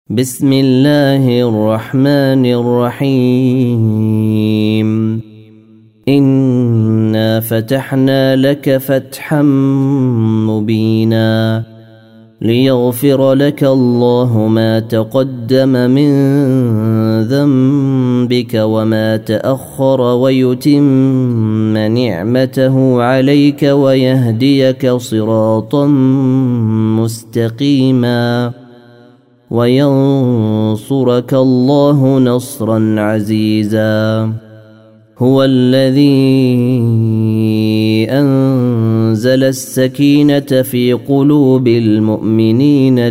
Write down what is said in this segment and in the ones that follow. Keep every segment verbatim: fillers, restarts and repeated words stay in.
بسم الله الرحمن الرحيم. إنا فتحنا لك فتحا مبينا ليغفر لك الله ما تقدم من ذنبك وما تأخر ويتم نعمته عليك ويهديك صراطا مستقيما وينصرك الله نصرا عزيزا. هو الذي أنزل السكينة في قلوب المؤمنين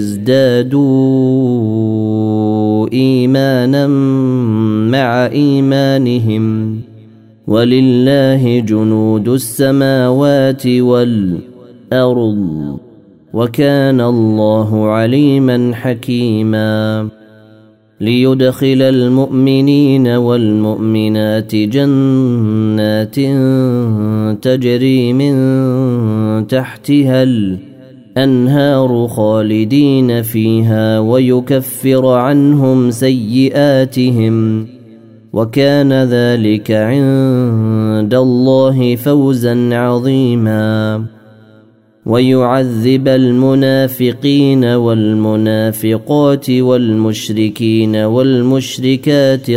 ليزدادوا إيمانا مع إيمانهم ولله جنود السماوات والأرض وكان الله عليما حكيما. ليدخل المؤمنين والمؤمنات جنات تجري من تحتها الأنهار خالدين فيها ويكفر عنهم سيئاتهم وكان ذلك عند الله فوزا عظيما. ويعذب المنافقين والمنافقات والمشركين والمشركات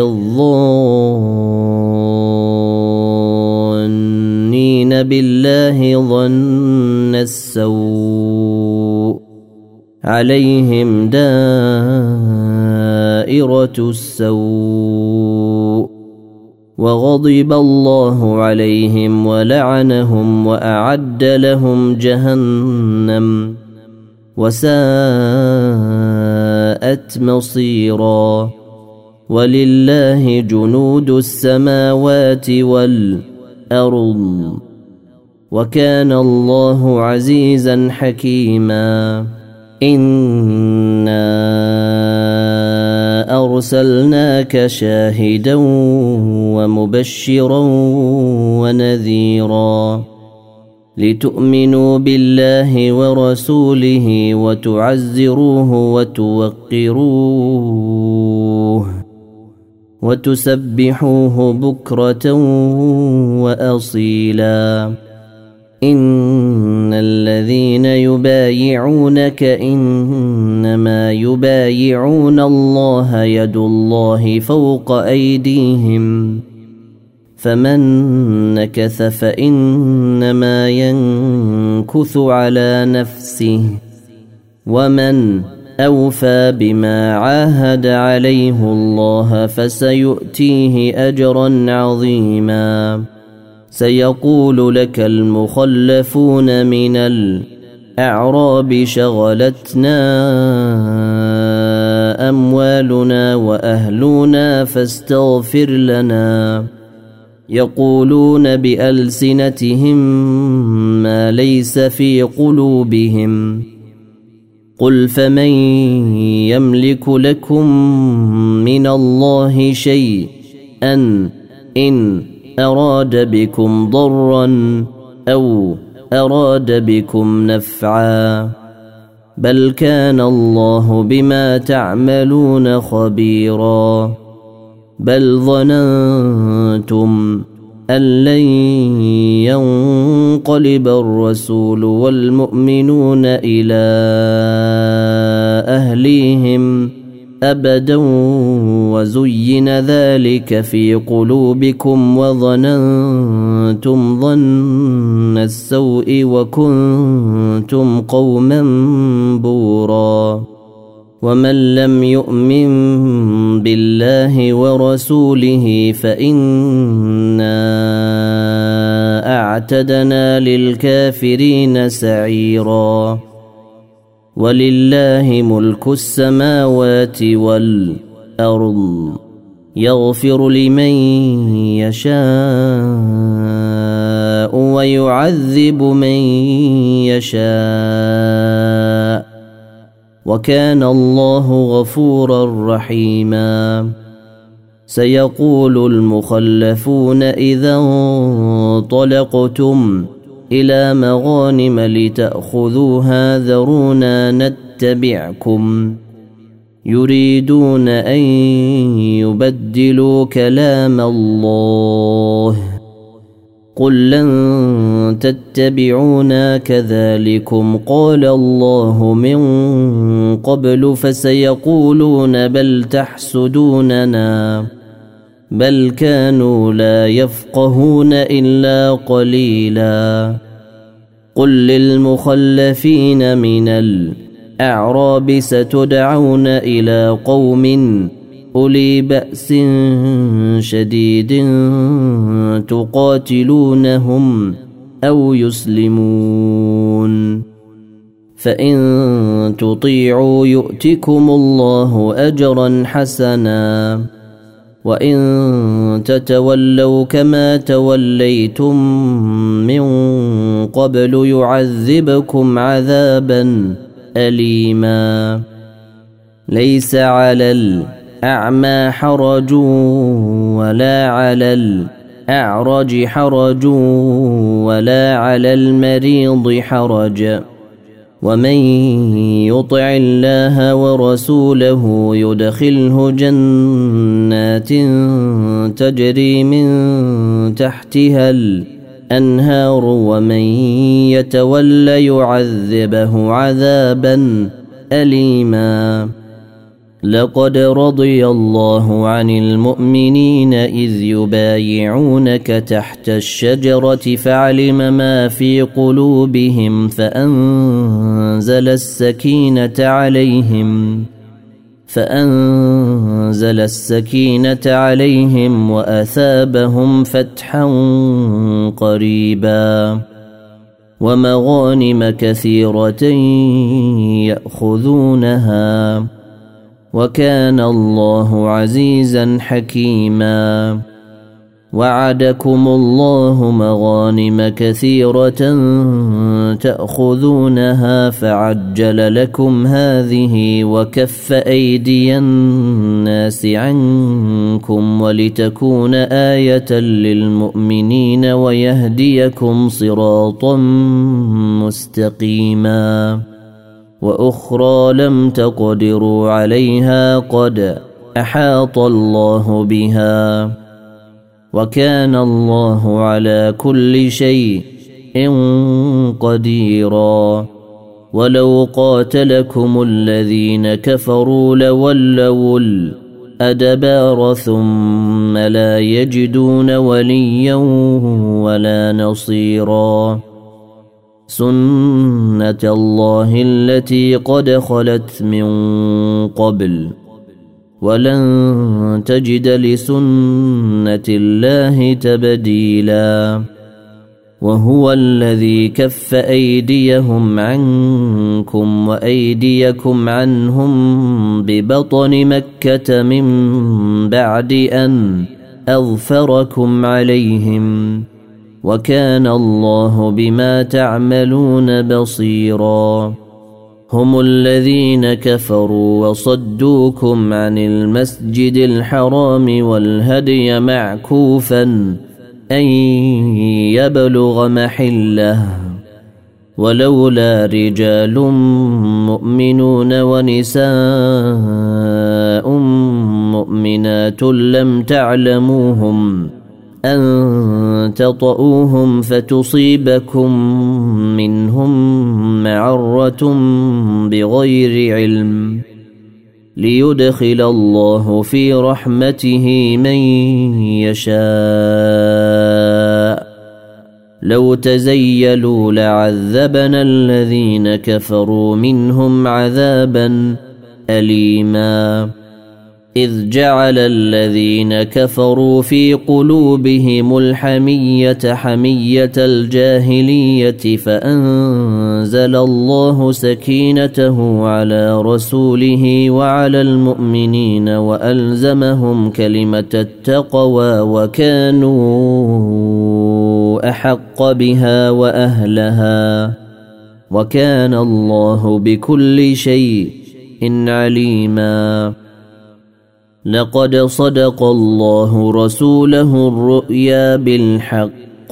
الظانين بالله ظن السوء عليهم دائرة السوء وغضب الله عليهم ولعنهم وأعد لهم جهنم وساءت مصيرا. ولله جنود السماوات والأرض وكان الله عزيزا حكيما. إنا أرسلناك شاهدا ومبشرا ونذيرا لتؤمنوا بالله ورسوله وتعزروه وتوقروه وتسبحوه بكرة وأصيلا. إن الذين يبايعونك إنما يبايعون الله يد الله فوق أيديهم فمن نكث فإنما ينكث على نفسه ومن أوفى بما عاهد عليه الله فسيؤتيه أجرا عظيما. سيقول لك المخلفون من الأعراب شغلتنا أموالنا وأهلنا فاستغفر لنا يقولون بألسنتهم ما ليس في قلوبهم قل فمن يملك لكم من الله شيئا إن أراد بكم ضرا أو أراد بكم نفعا بل كان الله بما تعملون خبيرا. بل ظننتم أن لن ينقلب الرسول والمؤمنون إلى أهليهم أبدا وزين ذلك في قلوبكم وظننتم ظن السوء وكنتم قوما بورا. ومن لم يؤمن بالله ورسوله فإنا أعتدنا للكافرين سعيرا. ولله ملك السماوات والأرض يغفر لمن يشاء ويعذب من يشاء وكان الله غفورا رحيما. سيقول المخلفون إذا انطلقتم إلى مغانم لتأخذوها ذرونا نتبعكم يريدون أن يبدلوا كلام الله قل لن تتبعونا كذلكم قال الله من قبل فسيقولون بل تحسدوننا بل كانوا لا يفقهون إلا قليلا قل للمخلفين من الأعراب ستدعون إلى قوم أولي بأس شديد تقاتلونهم أو يسلمون فإن تطيعوا يؤتكم الله أجرا حسنا وإن تتولوا كما توليتم من قبل يعذبكم عذابا أليما ليس على الأعمى حرج ولا على الأعرج حرج ولا على المريض حرج ومن يطع الله ورسوله يدخله جنات تجري من تحتها الأنهار ومن يتولى يعذبه عذابا أليما لقد رضي الله عن المؤمنين إذ يبايعونك تحت الشجرة فعلم ما في قلوبهم فأنزل السكينة عليهم فأنزل السكينة عليهم وأثابهم فتحا قريبا ومغانم كثيرة يأخذونها وكان الله عزيزا حكيما وعدكم الله مغانم كثيرة تأخذونها فعجل لكم هذه وكف أيدي الناس عنكم ولتكون آية للمؤمنين ويهديكم صراطا مستقيما وأخرى لم تقدروا عليها قد أحاط الله بها وكان الله على كل شيء قديرا ولو قاتلكم الذين كفروا لولوا الأدبار ثم لا يجدون وليا ولا نصيرا سنة الله التي قد خلت من قبل ولن تجد لسنة الله تبديلا وهو الذي كف أيديهم عنكم وأيديكم عنهم ببطن مكة من بعد أن أظفركم عليهم وكان الله بما تعملون بصيرا هم الذين كفروا وصدوكم عن المسجد الحرام والهدي معكوفا أن يبلغ محله ولولا رجال مؤمنون ونساء مؤمنات لم تعلموهم أن تطؤوهم فتصيبكم منهم معرة بغير علم ليدخل الله في رحمته من يشاء لو تزيلوا لعذبنا الذين كفروا منهم عذابا أليما إذ جعل الذين كفروا في قلوبهم الحمية حمية الجاهلية فأنزل الله سكينته على رسوله وعلى المؤمنين وألزمهم كلمة التقوى وكانوا أحق بها وأهلها وكان الله بكل شيء عليما لقد صدق الله رسوله الرؤيا بالحق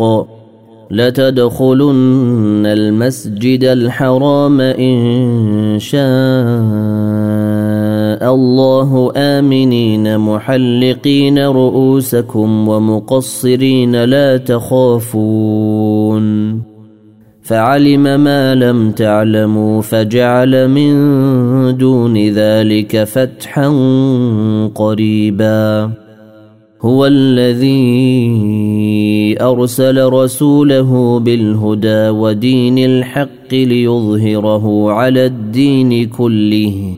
لتدخلن المسجد الحرام إن شاء الله آمنين محلقين رؤوسكم ومقصرين لا تخافون فعلم ما لم تعلموا فجعل من دون ذلك فتحا قريبا هو الذي أرسل رسوله بالهدى ودين الحق ليظهره على الدين كله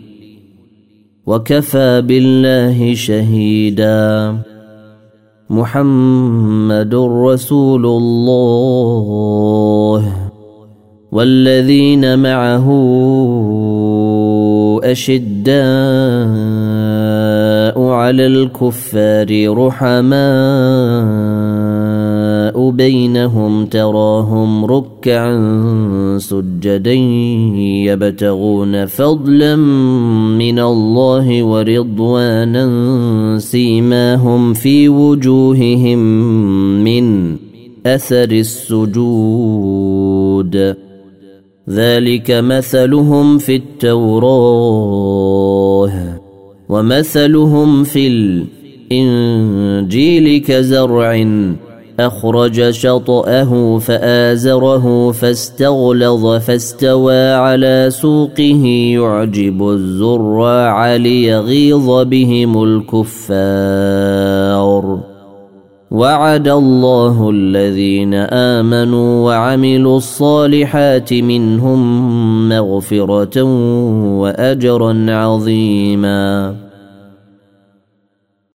وكفى بالله شهيدا محمد رسول الله والذين معه أشداء على الكفار رحماء بينهم تراهم ركعا سجدا يبتغون فضلا من الله ورضوانا سيماهم في وجوههم من أثر السجود ذلك مثلهم في التوراة ومثلهم في الإنجيل كزرع أخرج شطأه فآزره فاستغلظ فاستوى على سوقه يعجب الزراع ليغيظ بهم الكفار وعد الله الذين آمنوا وعملوا الصالحات منهم مغفرة وأجرا عظيما.